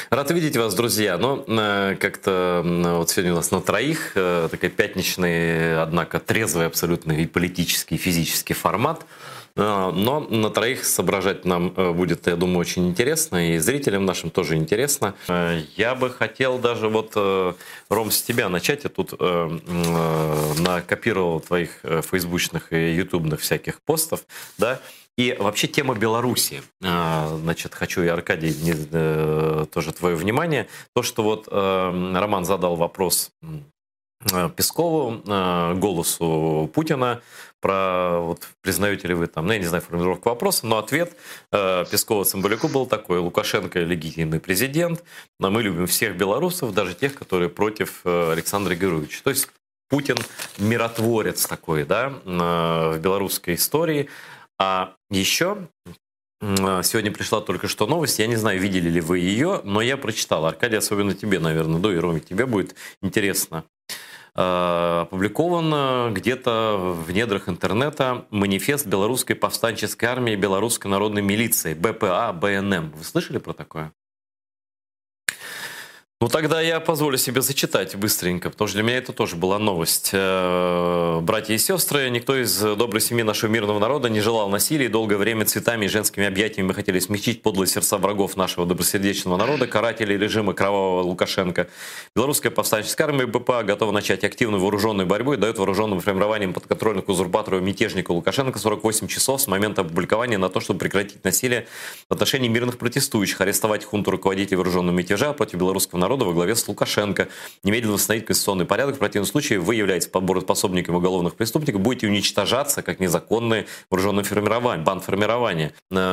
Рад видеть вас, друзья. Но как-то вот сегодня у нас на троих такой пятничный, однако трезвый абсолютно и политический, и физический формат. Но на троих соображать нам будет, я думаю, очень интересно, и зрителям нашим тоже интересно. Я бы хотел даже вот, Ром, с тебя начать. Я тут накопировал твоих фейсбучных и ютубных всяких постов, да. И вообще тема Беларуси. Значит, хочу и Аркадий тоже твое внимание. То, что вот Роман задал вопрос Пескову, голосу Путина, про вот признаете ли вы там, я не знаю формулировку вопроса, но ответ Пескова Цымбалюку был такой: Лукашенко легитимный президент, но мы любим всех белорусов, даже тех, которые против Александра Григорьевича. То есть Путин миротворец такой, да, в белорусской истории. А еще сегодня пришла только что новость, я не знаю, видели ли вы ее, но я прочитал. Аркадий, особенно тебе, наверное, да, и Роме, тебе будет интересно. Опубликован где-то в недрах интернета манифест Белорусской повстанческой армии, Белорусской народной милиции, БПА, БНМ. Вы слышали про такое? Ну, тогда я позволю себе зачитать быстренько, потому что для меня это тоже была новость. Братья и сестры, никто из доброй семьи нашего мирного народа не желал насилия, и долгое время цветами и женскими объятиями мы хотели смягчить подлые сердца врагов нашего добросердечного народа, карателей режима кровавого Лукашенко. Белорусская повстанческая армия БПА готова начать активную вооруженную борьбу и дает вооруженным формированиям подконтрольных узурпатору мятежнику Лукашенко 48 часов с момента опубликования на то, чтобы прекратить насилие в отношении мирных протестующих, арестовать хунту руководителей вооруженного мятежа против белорусского народа во главе с Лукашенко, немедленно восстановить конституционный порядок. В противном случае вы являетесь подбороспособником уголовных преступников, будете уничтожаться как незаконные вооруженные формирования, бандформирования.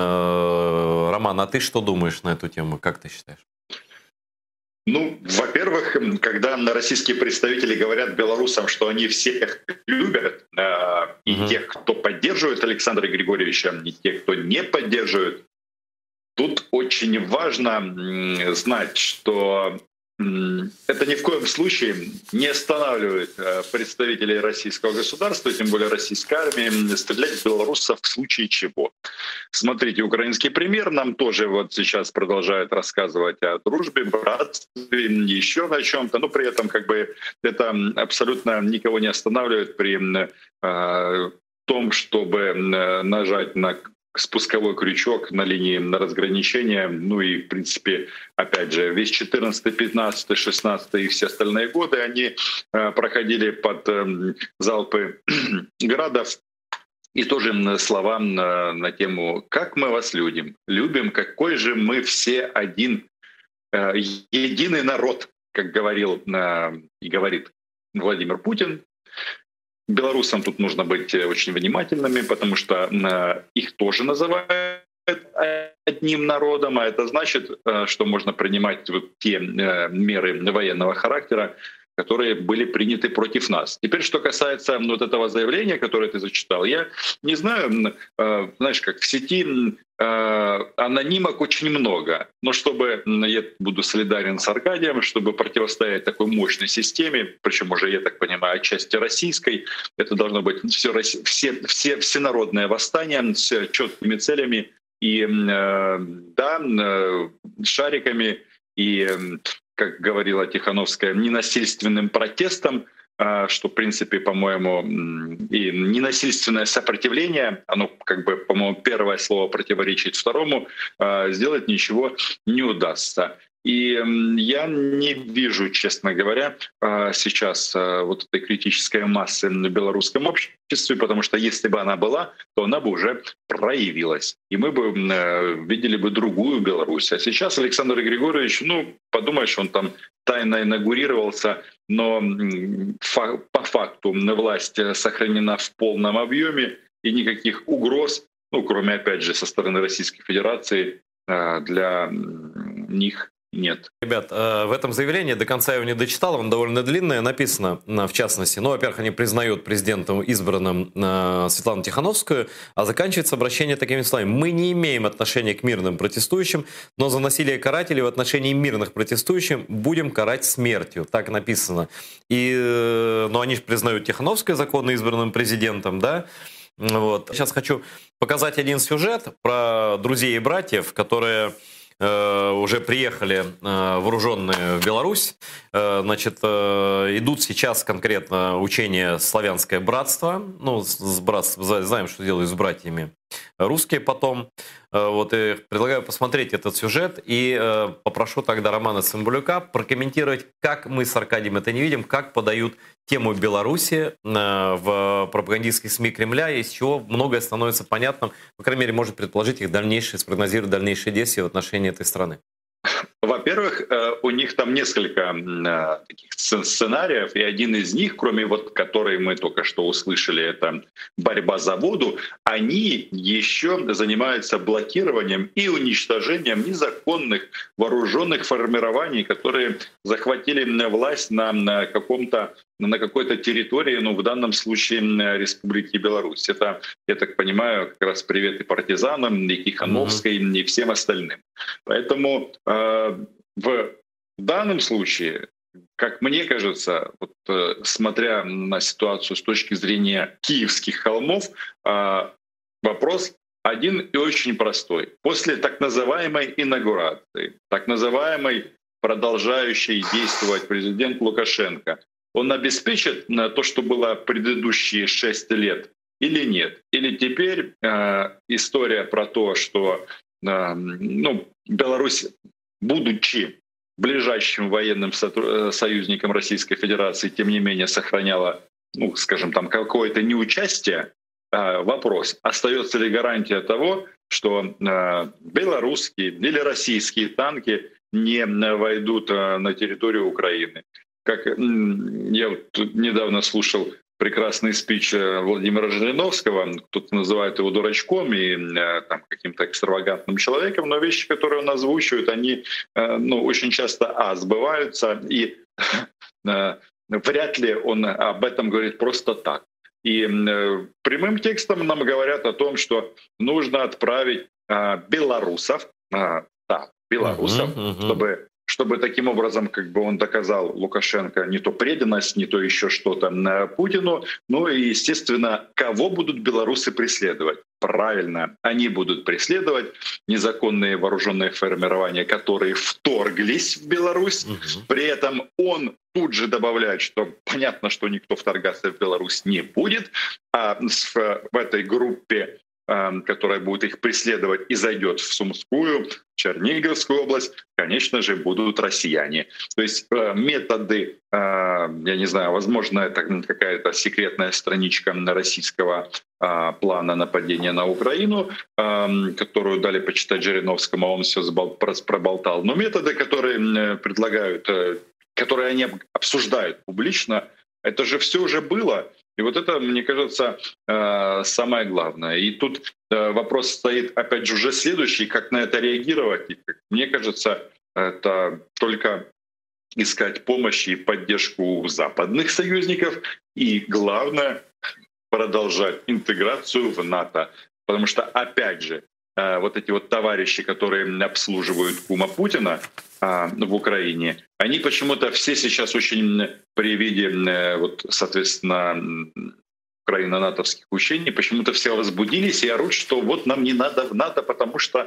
Роман, а ты что думаешь на эту тему? Как ты считаешь? Ну, во-первых, когда российские представители говорят белорусам, что они всех любят, и тех, кто поддерживает Александра Григорьевича, и тех, кто не поддерживает, тут очень важно знать, что это ни в коем случае не останавливает представителей российского государства, тем более российской армии, стрелять в белорусов в случае чего. Смотрите, украинский премьер нам тоже вот сейчас продолжает рассказывать о дружбе, братстве, еще на чем-то, но при этом как бы это абсолютно никого не останавливает при том, чтобы нажать на спусковой крючок на линии разграничения. Ну и, в принципе, опять же, весь 14, 15, 16 и все остальные годы они проходили под залпы градов. И тоже слова на тему «Как мы вас любим, какой же мы все один, единый народ», как говорил и говорит Владимир Путин. Белорусам тут нужно быть очень внимательными, потому что их тоже называют одним народом, а это значит, что можно принимать вот те меры военного характера, которые были приняты против нас. Теперь, что касается вот этого заявления, которое ты зачитал, я не знаю, знаешь, как в сети анонимок очень много, но чтобы, я буду солидарен с Аркадием, чтобы противостоять такой мощной системе, причем уже, я так понимаю, отчасти российской, это должно быть всенародное восстание с четкими целями и шариками, и, как говорила Тихановская, ненасильственным протестом, что, в принципе, по-моему, и ненасильственное сопротивление, оно, как бы, по-моему, первое слово противоречит второму, сделать ничего не удастся. И я не вижу, честно говоря, сейчас вот этой критической массы в белорусском обществе, потому что если бы она была, то она бы уже проявилась. И мы бы видели бы другую Беларусь. А сейчас Александр Григорьевич, подумаешь, он там тайно инаугурировался, но по факту власть сохранена в полном объеме, и никаких угроз, кроме, опять же, со стороны Российской Федерации, для них нет. Ребят, в этом заявлении, до конца я его не дочитал, он довольно длинное, написано, в частности, во-первых, они признают президентом избранным Светлану Тихановскую, а заканчивается обращение такими словами: «Мы не имеем отношения к мирным протестующим, но за насилие карателей в отношении мирных протестующих будем карать смертью». Так написано. Но они же признают Тихановскую законно избранным президентом, да? Вот. Сейчас хочу показать один сюжет про друзей и братьев, которые уже приехали вооруженные в Беларусь. Значит, идут сейчас конкретно учения «Славянское братство». Ну, с братством, знаем, что делают с братьями русские потом. Вот, и предлагаю посмотреть этот сюжет. И попрошу тогда Романа Цымбалюка прокомментировать, как мы с Аркадием это не видим, как подают тему Беларуси в пропагандистских СМИ Кремля, из чего многое становится понятным. По крайней мере, может предположить их дальнейшие, спрогнозировать дальнейшие действия в отношении этой страны. Во-первых, у них там несколько таких сценариев, и один из них, кроме вот который мы только что услышали, это борьба за воду, они еще занимаются блокированием и уничтожением незаконных вооруженных формирований, которые захватили власть на какой-то территории, ну, в данном случае Республики Беларусь. Это, я так понимаю, как раз привет и партизанам, и Тихановской, и всем остальным. Поэтому в данном случае, как мне кажется, вот, смотря на ситуацию с точки зрения киевских холмов, вопрос один и очень простой. После так называемой инаугурации, так называемой продолжающей действовать президент Лукашенко, он обеспечит то, что было предыдущие 6 лет, или нет? Или теперь история про то, что Беларусь, будучи ближайшим военным союзником Российской Федерации, тем не менее сохраняла, ну, скажем, там какое-то неучастие, вопрос, остается ли гарантия того, что белорусские или российские танки не войдут на территорию Украины. Как я вот недавно слушал прекрасный спич Владимира Жириновского, кто-то называет его дурачком и там, каким-то экстравагантным человеком, но вещи, которые он озвучивает, они очень часто сбываются, и вряд ли он об этом говорит просто так. И прямым текстом нам говорят о том, что нужно отправить белорусов, чтобы таким образом как бы он доказал Лукашенко не то преданность, не то еще что-то Путину. Ну и, естественно, кого будут белорусы преследовать? Правильно, они будут преследовать незаконные вооруженные формирования, которые вторглись в Беларусь. При этом он тут же добавляет, что понятно, что никто вторгаться в Беларусь не будет, а в этой группе, которая будет их преследовать и зайдет в Сумскую, Черниговскую область, конечно же, будут россияне. То есть методы, я не знаю, возможно, это какая-то секретная страничка российского плана нападения на Украину, которую дали почитать Жириновскому, а он все проболтал. Но методы, которые предлагают, которые они обсуждают публично, это же все уже было. И вот это, мне кажется, самое главное. И тут вопрос стоит, опять же, уже следующий, как на это реагировать. И, мне кажется, это только искать помощь и поддержку у западных союзников. И главное, продолжать интеграцию в НАТО. Потому что, опять же, вот эти вот товарищи, которые обслуживают кума Путина в Украине, они почему-то все сейчас очень при виде, вот, соответственно, украино-натовских учений, почему-то все возбудились и орут, что вот нам не надо в НАТО, потому что,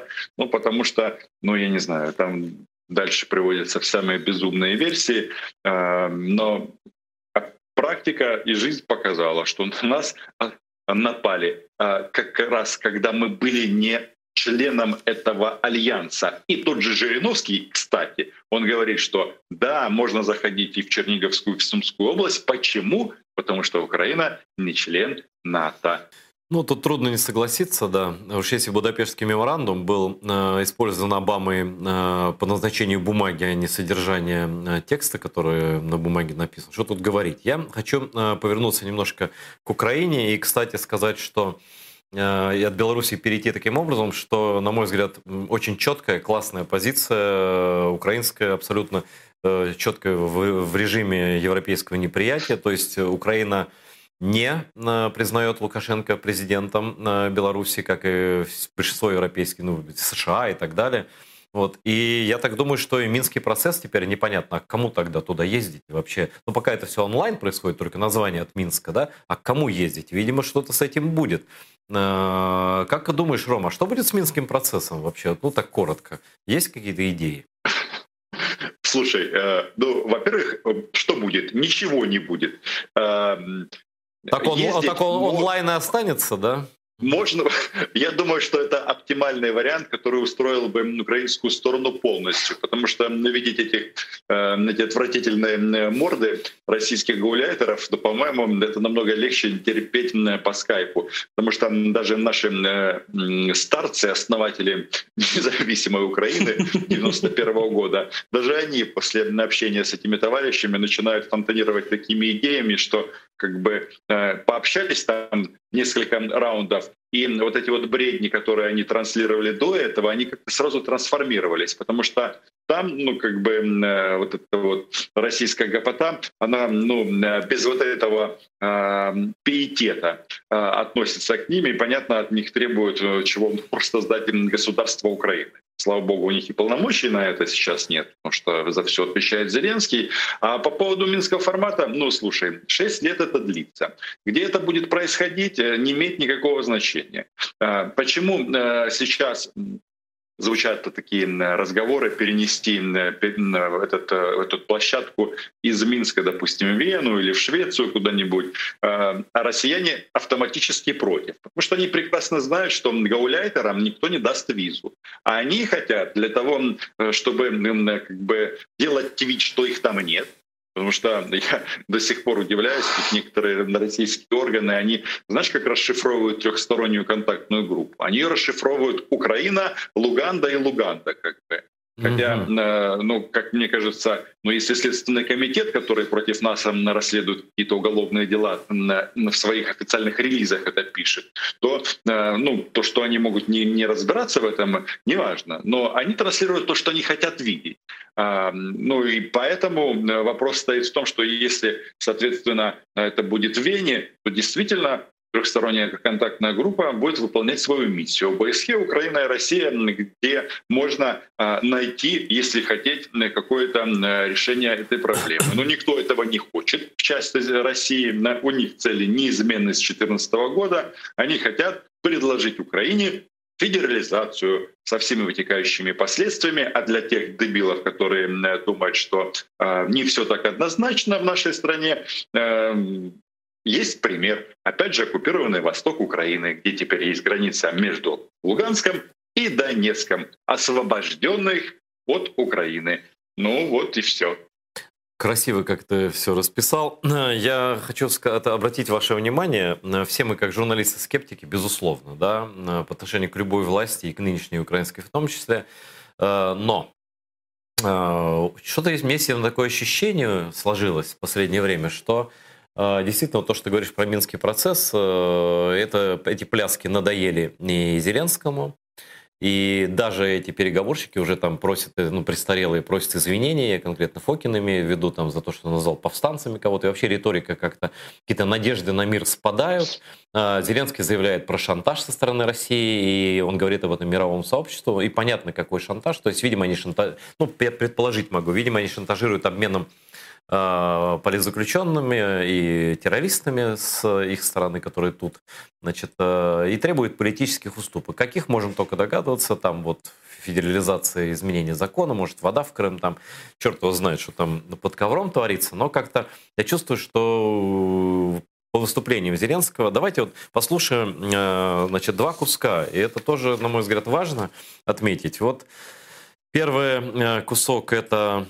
я не знаю, там дальше приводятся самые безумные версии, но практика и жизнь показала, что на нас напали как раз, когда мы были не членом этого альянса. И тот же Жириновский, кстати, он говорит, что да, можно заходить и в Черниговскую, и в Сумскую область. Почему? Потому что Украина не член НАТО. Ну, тут трудно не согласиться, да. Уж если Будапештский меморандум был использован Обамой по назначению бумаги, а не содержания текста, который на бумаге написан, что тут говорить? Я хочу повернуться немножко к Украине и, кстати, сказать, что и от Беларуси перейти таким образом, что, на мой взгляд, очень четкая, классная позиция украинская, абсолютно четкая в режиме европейского неприятия. То есть Украина не признает Лукашенко президентом Беларуси, как и большинство европейских, США и так далее. Вот. И я так думаю, что и Минский процесс теперь непонятно, а к кому тогда туда ездить вообще. Ну, пока это все онлайн происходит, только название от Минска, да, а к кому ездить? Видимо, что-то с этим будет. Как ты думаешь, Рома, что будет с Минским процессом вообще? Ну, так коротко. Есть какие-то идеи? Слушай, ну, во-первых, что будет? Ничего не будет. Так он онлайн и останется, да? Можно, я думаю, что это оптимальный вариант, который устроил бы украинскую сторону полностью, потому что видеть эти отвратительные морды российских гауляйтеров, то, по-моему, это намного легче терпеть по скайпу, потому что даже наши старцы, основатели независимой Украины 91 года, даже они после общения с этими товарищами начинают фонтанировать такими идеями, что как бы пообщались там несколько раундов, и вот эти вот бредни, которые они транслировали до этого, они как-то сразу трансформировались, потому что там, ну, как бы вот эта вот российская гопота, она, ну, без вот этого пиетета относится к ним, и, понятно, от них требуют чего просто сдать им государство Украины. Слава богу, у них и полномочий на это сейчас нет, потому что за все отвечает Зеленский. А по поводу минского формата, ну, слушай, 6 лет это длится. Где это будет происходить, не имеет никакого значения. Почему сейчас звучат такие разговоры перенести эту площадку из Минска, допустим, в Вену или в Швецию куда-нибудь, а россияне автоматически против. Потому что они прекрасно знают, что гауляйтерам никто не даст визу. А они хотят для того, чтобы как бы делать вид, что их там нет. Потому что я до сих пор удивляюсь, как некоторые российские органы, они, знаешь, как расшифровывают трехстороннюю контактную группу? Они ее расшифровывают Украина, Луганда и Луганда, как бы. Хотя, ну, как мне кажется, ну, если Следственный комитет, который против нас расследует какие-то уголовные дела, в своих официальных релизах это пишет, то, ну, то, что они могут не разбираться в этом, неважно. Но они транслируют то, что они хотят видеть. Ну и поэтому вопрос стоит в том, что если, соответственно, это будет в Вене, то действительно трехсторонняя контактная группа будет выполнять свою миссию. ОБСЕ, Украина и Россия, где можно найти, если хотеть, какое-то решение этой проблемы. Но никто этого не хочет. В части России у них цели неизменны с 2014 года. Они хотят предложить Украине федерализацию со всеми вытекающими последствиями, а для тех дебилов, которые думают, что не все так однозначно в нашей стране, есть пример. Опять же, оккупированный восток Украины, где теперь есть граница между Луганском и Донецком, освобожденных от Украины. Ну вот и все. Красиво как ты все расписал. Я хочу обратить ваше внимание. Все мы, как журналисты-скептики, безусловно, да, по отношению к любой власти и к нынешней украинской в том числе. Но что-то есть, у меня есть такое ощущение сложилось в последнее время, что действительно, то, что ты говоришь про Минский процесс, эти пляски надоели и Зеленскому, и даже эти переговорщики уже там просят, ну, престарелые просят извинения, конкретно Фокин имею в виду, там, за то, что назвал повстанцами кого-то, и вообще риторика как-то, какие-то надежды на мир спадают. Зеленский заявляет про шантаж со стороны России, и он говорит об этом мировому сообществу, и понятно, какой шантаж, то есть, видимо, они ну, предположить могу, видимо, они шантажируют обменом политзаключенными и террористами с их стороны, которые тут, значит, и требует политических уступок. Каких можем только догадываться, там вот федерализация, изменения закона, может, вода в Крым, там, черт его знает, что там под ковром творится, но как-то я чувствую, что по выступлениям Зеленского, давайте вот послушаем, значит, два куска, и это тоже, на мой взгляд, важно отметить. Вот первый кусок — это,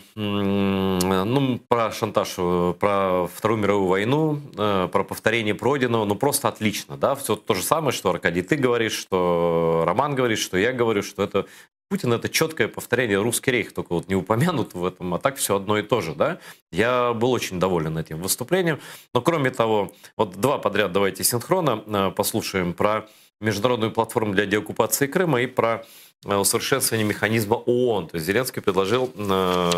ну, про шантаж, про Вторую мировую войну, про повторение пройденного. Ну, просто отлично, да? Все то же самое, что, Аркадий, ты говоришь, что Роман говорит, что я говорю, что это Путин — это четкое повторение русский рейх, только вот не упомянут в этом, а так все одно и то же, да? Я был очень доволен этим выступлением. Но, кроме того, вот два подряд давайте синхронно послушаем про международную платформу для деоккупации Крыма и про усовершенствование механизма ООН. То есть Зеленский предложил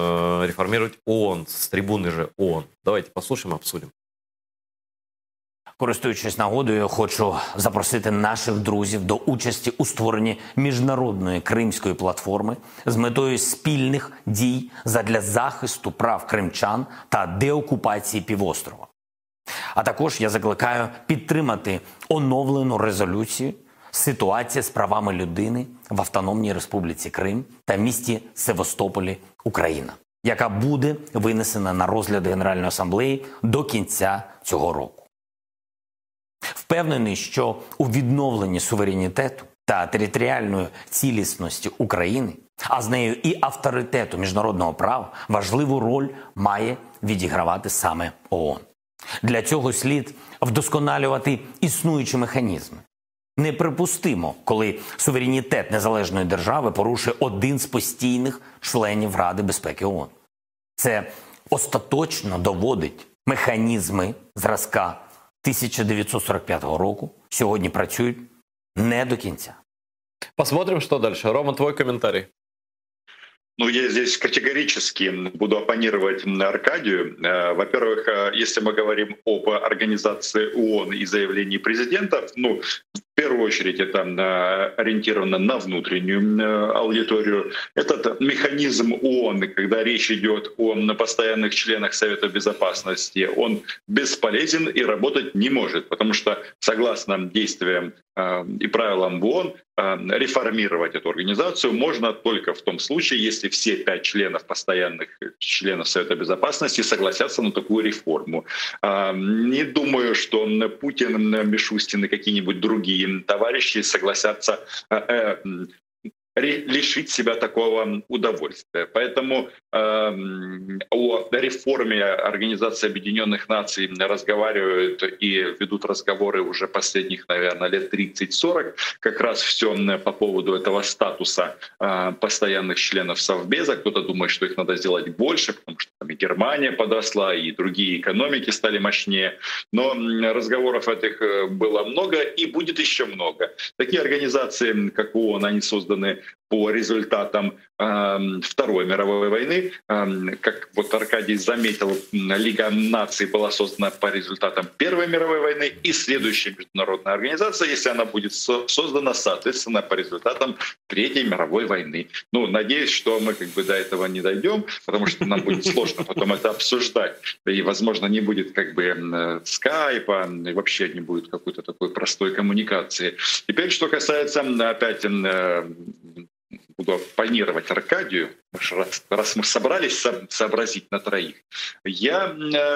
реформировать ООН, с трибуны же ООН. Давайте послушаем, обсудим. Користуючись нагодою, хочу запросити наших друзів до участі у створенні міжнародної кримської платформи з метою спільних дій задля захисту прав кримчан та деокупації півострова. А також я закликаю підтримати оновлену резолюцію «Ситуація з правами людини в Автономній Республіці Крим та місті Севастополі, Україна», яка буде винесена на розгляд Генеральної асамблеї до кінця цього року. Впевнений, що у відновленні суверенітету та територіальної цілісності України, а з нею і авторитету міжнародного права, важливу роль має відігравати саме ООН. Для цього слід вдосконалювати існуючі механізми. Неприпустимо, коли суверенітет незалежної держави порушує один з постійних членів Ради безпеки ООН. Це остаточно доводить механізми зразка 1945 року, сьогодні працюють не до кінця. Посмотрим, что дальше. Рома, твой комментарий. Ну, я здесь категорически буду оппонировать Аркадию. Во-первых, если мы говорим об организации ООН и заявлении президента, ну, в первую очередь это ориентировано на внутреннюю аудиторию. Этот механизм ООН, когда речь идет о постоянных членах Совета Безопасности, он бесполезен и работать не может, потому что, согласно действиям и правилам ООН, реформировать эту организацию можно только в том случае, если все 5 членов, постоянных членов Совета Безопасности согласятся на такую реформу. Не думаю, что Путин, Мишустин и какие-нибудь другие товарищи согласятся лишить себя такого удовольствия. Поэтому о реформе Организации Объединенных Наций разговаривают и ведут разговоры уже последних, наверное, лет 30-40. Как раз все по поводу этого статуса постоянных членов Совбеза. Кто-то думает, что их надо сделать больше, потому что там и Германия подросла, и другие экономики стали мощнее. Но разговоров этих было много и будет еще много. Такие организации, как ООН, они созданы по результатам Второй мировой войны. Как вот Аркадий заметил, Лига наций была создана по результатам Первой мировой войны, и следующая международная организация, если она будет создана, соответственно, по результатам Третьей мировой войны. Ну, надеюсь, что мы как бы до этого не дойдем, потому что нам будет сложно потом это обсуждать. И, возможно, не будет как бы скайпа, и вообще не будет какой-то такой простой коммуникации. Теперь, что касается опять... Буду оппонировать Аркадию, раз мы собрались сообразить на троих. Я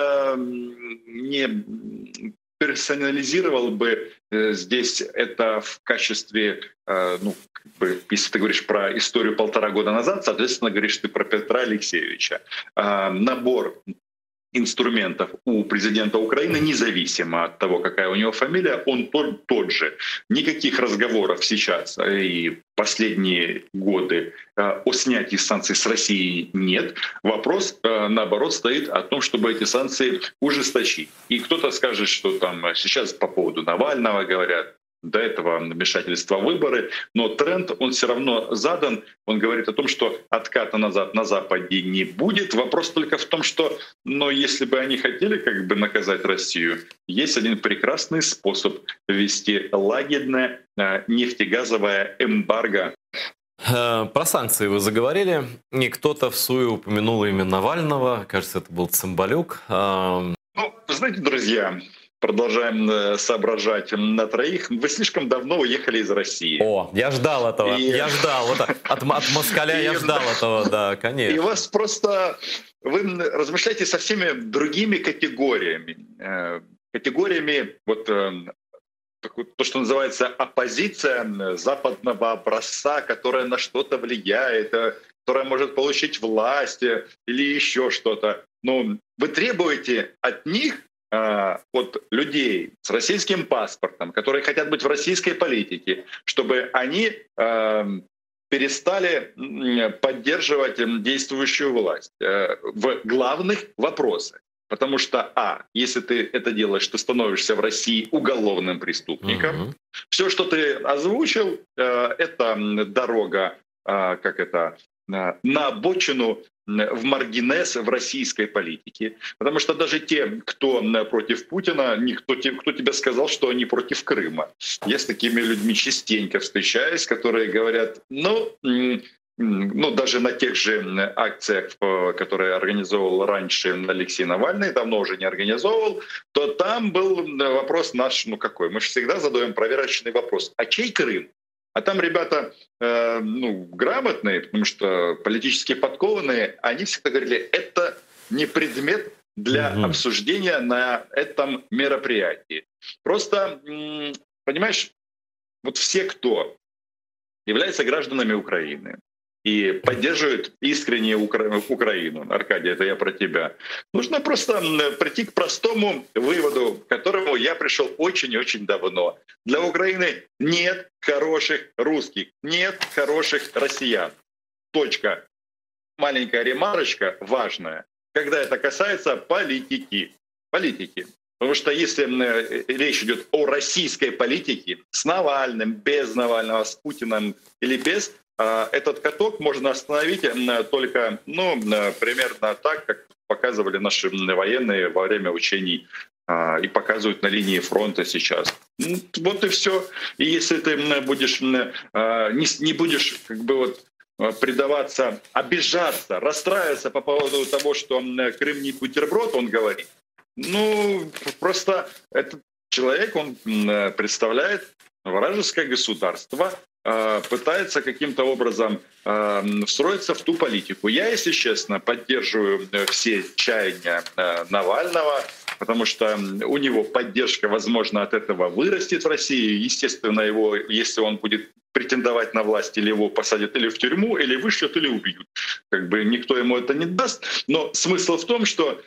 не персонализировал бы здесь это в качестве, ну, как бы, если ты говоришь про историю 1,5 года назад, соответственно, говоришь ты про Петра Алексеевича. Набор инструментов у президента Украины, независимо от того, какая у него фамилия, он тот же. Никаких разговоров сейчас и последние годы о снятии санкций с Россией нет. Вопрос, наоборот, стоит о том, чтобы эти санкции ужесточить. И кто-то скажет, что там сейчас по поводу Навального говорят, до этого вмешательства в выборы, но тренд, он все равно задан. Он говорит о том, что отката назад на Западе не будет. Вопрос только в том, что, но если бы они хотели как бы наказать Россию, есть один прекрасный способ ввести лагерное нефтегазовое эмбарго. Про санкции вы заговорили, и кто-то в СУЕ упомянул имя Навального, кажется, это был Цымбалюк. Ну, знаете, друзья, продолжаем соображать на троих. Вы слишком давно уехали из России. О, я ждал этого. Я ждал. Вот, от москаля я ждал этого, да, конечно. И у вас просто... Вы размышляете со всеми другими категориями. Категориями, вот то, что называется оппозиция западного образца, которая на что-то влияет, которая может получить власть или еще что-то. Но вы требуете от них, от людей с российским паспортом, которые хотят быть в российской политике, чтобы они перестали поддерживать действующую власть в главных вопросах. Потому что, если ты это делаешь, ты становишься в России уголовным преступником. Все, что ты озвучил, это дорога, на обочину, в маргинез в российской политике. Потому что даже те, кто против Путина, кто тебе сказал, что они против Крыма. Я с такими людьми частенько встречаюсь, которые говорят, даже на тех же акциях, которые организовывал раньше Алексей Навальный, давно уже не организовывал, то там был вопрос наш, какой? Мы же всегда задаем проверочный вопрос. А чей Крым? А там ребята грамотные, потому что политически подкованные, они всегда говорили, это не предмет для обсуждения на этом мероприятии. Просто, понимаешь, вот все, кто является гражданами Украины и поддерживает искренне Украину, Аркадий, это я про тебя, нужно просто прийти к простому выводу, к которому я пришел очень и очень давно. Для Украины нет хороших русских, нет хороших россиян. Точка. Маленькая ремарочка важная, когда это касается политики. Потому что если речь идет о российской политике, с Навальным, без Навального, с Путиным или без, этот каток можно остановить только примерно так, как показывали наши военные во время учений и показывают на линии фронта сейчас. Вот и все. И если ты будешь не будешь предаваться, обижаться, расстраиваться по поводу того, что Крым не бутерброд, он говорит, просто этот человек, он представляет вражеское государство, пытается каким-то образом встроиться в ту политику. Я, если честно, поддерживаю все чаяния Навального, потому что у него поддержка, возможно, от этого вырастет в России. Естественно, если он будет претендовать на власть, или его посадят или в тюрьму, или вышлют, или убьют. Никто ему это не даст. Но смысл в том, что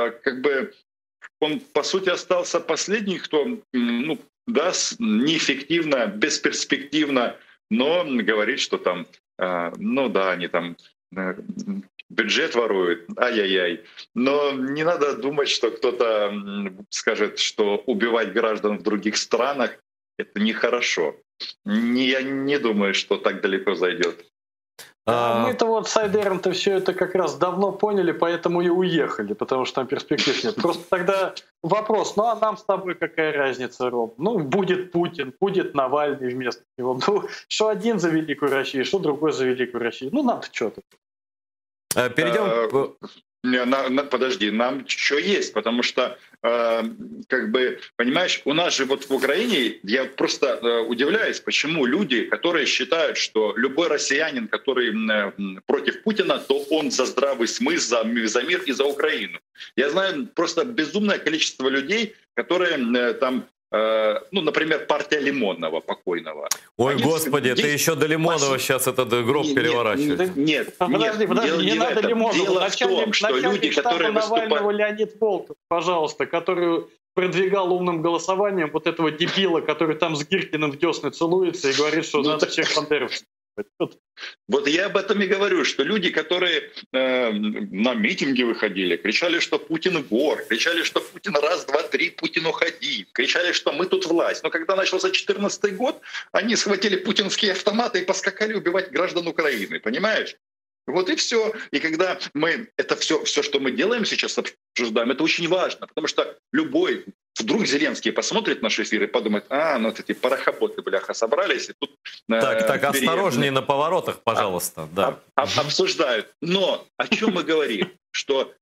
он, по сути, остался последний, кто неэффективно, бесперспективно, но говорит, что там, они там бюджет воруют, ай-яй-яй. Но не надо думать, что кто-то скажет, что убивать граждан в других странах — это нехорошо. Я не думаю, что так далеко зайдет. Мы-то с Айдером-то все это как раз давно поняли, поэтому и уехали, потому что там перспектив нет. Просто тогда вопрос, а нам с тобой какая разница, Ром? Будет Путин, будет Навальный вместо него. Что один за Великую Россию, что другой за Великую Россию. Нам-то что-то. Перейдем... Подожди, нам что есть, потому что, понимаешь, у нас же в Украине, я просто удивляюсь, почему люди, которые считают, что любой россиянин, который против Путина, то он за здравый смысл, за мир и за Украину. Я знаю просто безумное количество людей, которые там, например, партия Лимонного покойного. Ой, Господи, ты еще до Лимонова сейчас этот гроб переворачиваешь. Нет, подожди, не надо Лимонова. Дело в том, что люди, которые Навального, Леонид Волков, пожалуйста, который продвигал умным голосованием вот этого дебила, который там с Гиркиным в десны целуется и говорит, что надо всех бандеровцев. Вот я об этом и говорю, что люди, которые на митинги выходили, кричали, что Путин вор, кричали, что Путин раз, два, три, Путин уходи, кричали, что мы тут власть. Но когда начался 2014 год, они схватили путинские автоматы и поскакали убивать граждан Украины, понимаешь? Вот и все. И когда мы это все, что мы делаем сейчас, обсуждаем, это очень важно, потому что любой, вдруг Зеленский посмотрит наш эфир и подумает, эти порохоботы, бляха, собрались. И тут, так, осторожнее на поворотах, пожалуйста. Обсуждают. Но о чем мы говорим? Что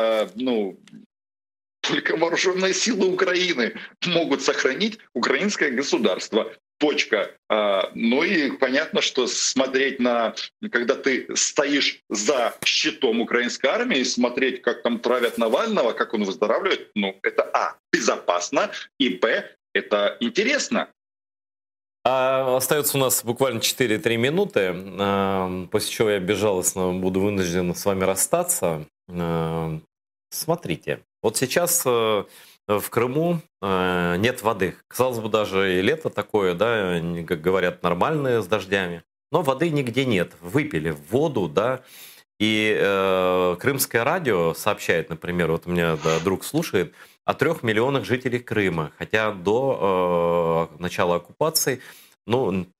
только вооруженные силы Украины могут сохранить украинское государство. Точка. И понятно, что смотреть когда ты стоишь за щитом украинской армии, смотреть, как там травят Навального, как он выздоравливает, это безопасно, и это интересно. Остается у нас буквально 4-3 минуты, после чего я безжалостно буду вынужден с вами расстаться. Смотрите, вот сейчас в Крыму нет воды. Казалось бы, даже и лето такое, да, как говорят, нормальное с дождями. Но воды нигде нет. Выпили воду, да. И Крымское радио сообщает, например, вот у меня друг слушает, о 3 миллионах жителей Крыма. Хотя до начала оккупации,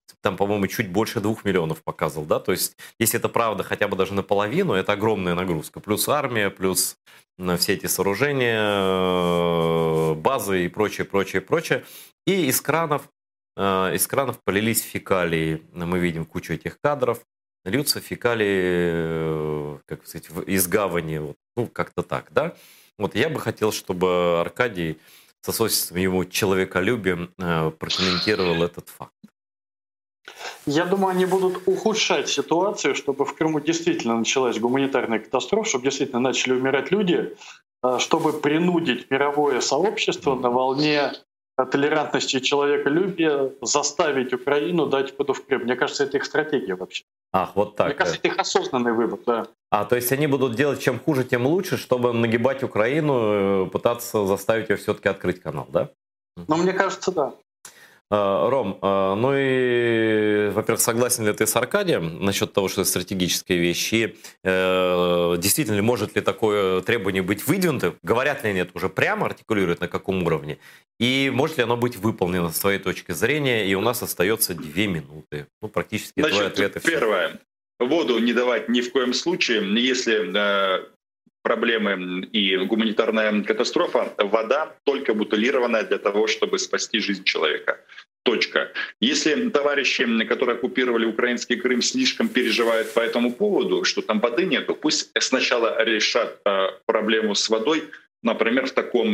там, по-моему, чуть больше 2 миллионов показывал, да, то есть, если это правда хотя бы даже наполовину, это огромная нагрузка, плюс армия, плюс все эти сооружения, базы и прочее, прочее, прочее, и из кранов полились фекалии, мы видим кучу этих кадров, льются фекалии, как сказать, из гавани, вот, ну, как-то так, да, вот, я бы хотел, чтобы Аркадий со свойственным ему человеколюбием прокомментировал этот факт. Я думаю, они будут ухудшать ситуацию, чтобы в Крыму действительно началась гуманитарная катастрофа, чтобы действительно начали умирать люди, чтобы принудить мировое сообщество на волне толерантности и человеколюбия заставить Украину дать входу в Крым. Мне кажется, это их стратегия вообще. Ах, вот так. Мне кажется, это их осознанный выбор, да. То есть они будут делать чем хуже, тем лучше, чтобы нагибать Украину, пытаться заставить ее все-таки открыть канал, да? Ну, мне кажется, да. Ром, ну и, во-первых, согласен ли ты с Аркадием насчет того, что это стратегические вещи? И, действительно ли может ли такое требование быть выдвинуто? Говорят ли они это уже прямо, артикулируют на каком уровне? И может ли оно быть выполнено с твоей точки зрения? И у нас остается 2 минуты. Ну, практически твой ответ и все. Первое. Воду не давать ни в коем случае. Если проблемы и гуманитарная катастрофа, вода только бутылированная для того, чтобы спасти жизнь человека. Точка. Если товарищи, которые оккупировали украинский Крым, слишком переживают по этому поводу, что там воды нету, пусть сначала решат проблему с водой, например, в таком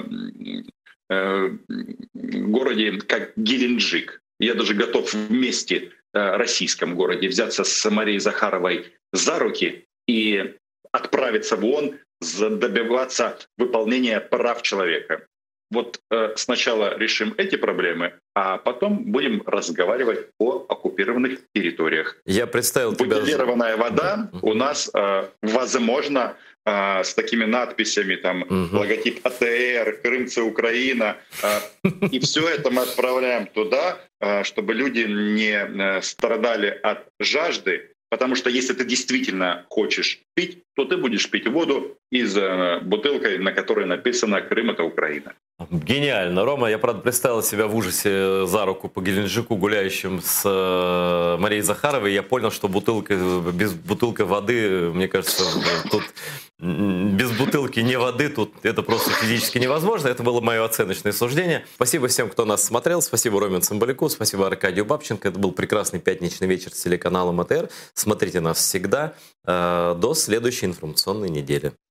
городе, как Геленджик. Я даже готов вместе российском городе взяться с Марией Захаровой за руки и отправиться в ООН, добиваться выполнения прав человека. Вот сначала решим эти проблемы, а потом будем разговаривать о оккупированных территориях. Я представил тебя... Бутилированная вода у нас, возможно, с такими надписями, там, логотип АТР, Крымцы, Украина. И все это мы отправляем туда, чтобы люди не страдали от жажды. Потому что если ты действительно хочешь пить, то ты будешь пить воду из бутылки, на которой написано «Крым — это Украина». Гениально. Рома, я, правда, представил себя в ужасе за руку по Геленджику, гуляющим с Марией Захаровой. Я понял, что без бутылки воды, мне кажется, тут без бутылки не воды, тут это просто физически невозможно. Это было мое оценочное суждение. Спасибо всем, кто нас смотрел. Спасибо Роме Цымбалюку, спасибо Аркадию Бабченко. Это был прекрасный пятничный вечер с телеканалом АТР. Смотрите нас всегда. До следующей информационной недели.